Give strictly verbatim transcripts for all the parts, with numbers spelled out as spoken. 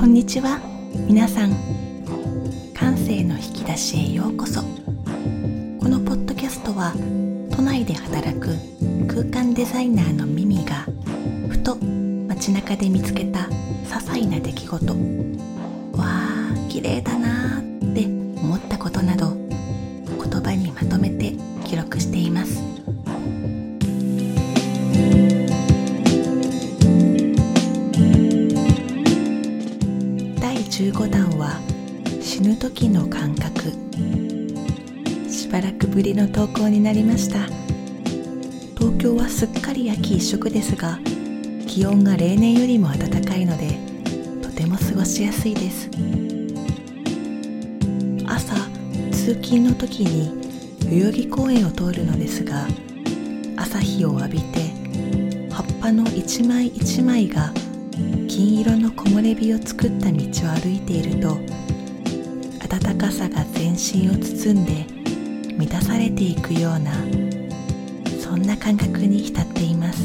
こんにちは。皆さん、感性の引き出しへようこそ。このポッドキャストは都内で働く空間デザイナーのミミがふと街中で見つけた些細な出来事、わー綺麗だなーって思ったことなど言葉にまとめて記録しています。だいじゅうごだんは死ぬ時の感覚。しばらくぶりの投稿になりました。東京はすっかり秋一色ですが、気温が例年よりも暖かいのでとても過ごしやすいです。朝通勤の時に代々木公園を通るのですが、朝日を浴びて葉っぱの一枚一枚が金色の木漏れ日を作った道を歩いていると、暖かさが全身を包んで満たされていくような、そんな感覚に浸っています。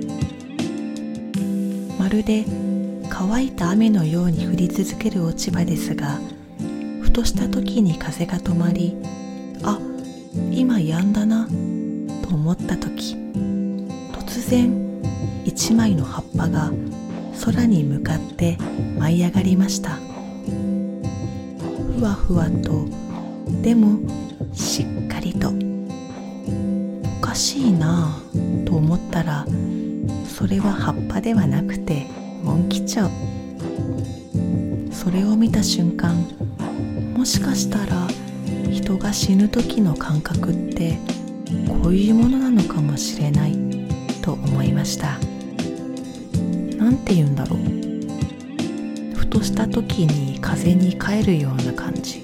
まるで乾いた雨のように降り続ける落ち葉ですが、ふとした時に風が止まり、あ、今止んだなと思った時、突然一枚の葉っぱが空に向かって舞い上がりました。ふわふわと、でもしっかりと。おかしいなぁと思ったら、それは葉っぱではなくてモンキチョウ。それを見た瞬間、もしかしたら人が死ぬ時の感覚ってこういうものなのかもしれないと思いました。なんて言うんだろう。ふとした時に風に帰るような感じ。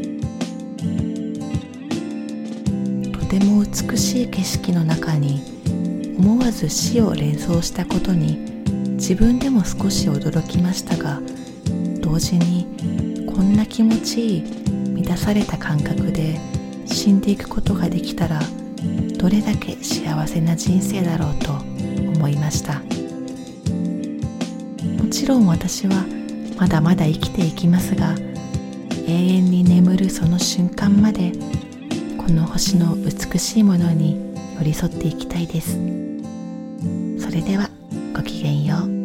とても美しい景色の中に思わず死を連想したことに自分でも少し驚きましたが、同時にこんな気持ちいい満たされた感覚で死んでいくことができたら、どれだけ幸せな人生だろうと思いました。もちろん私はまだまだ生きていきますが、永遠に眠るその瞬間までこの星の美しいものに寄り添っていきたいです。それではごきげんよう。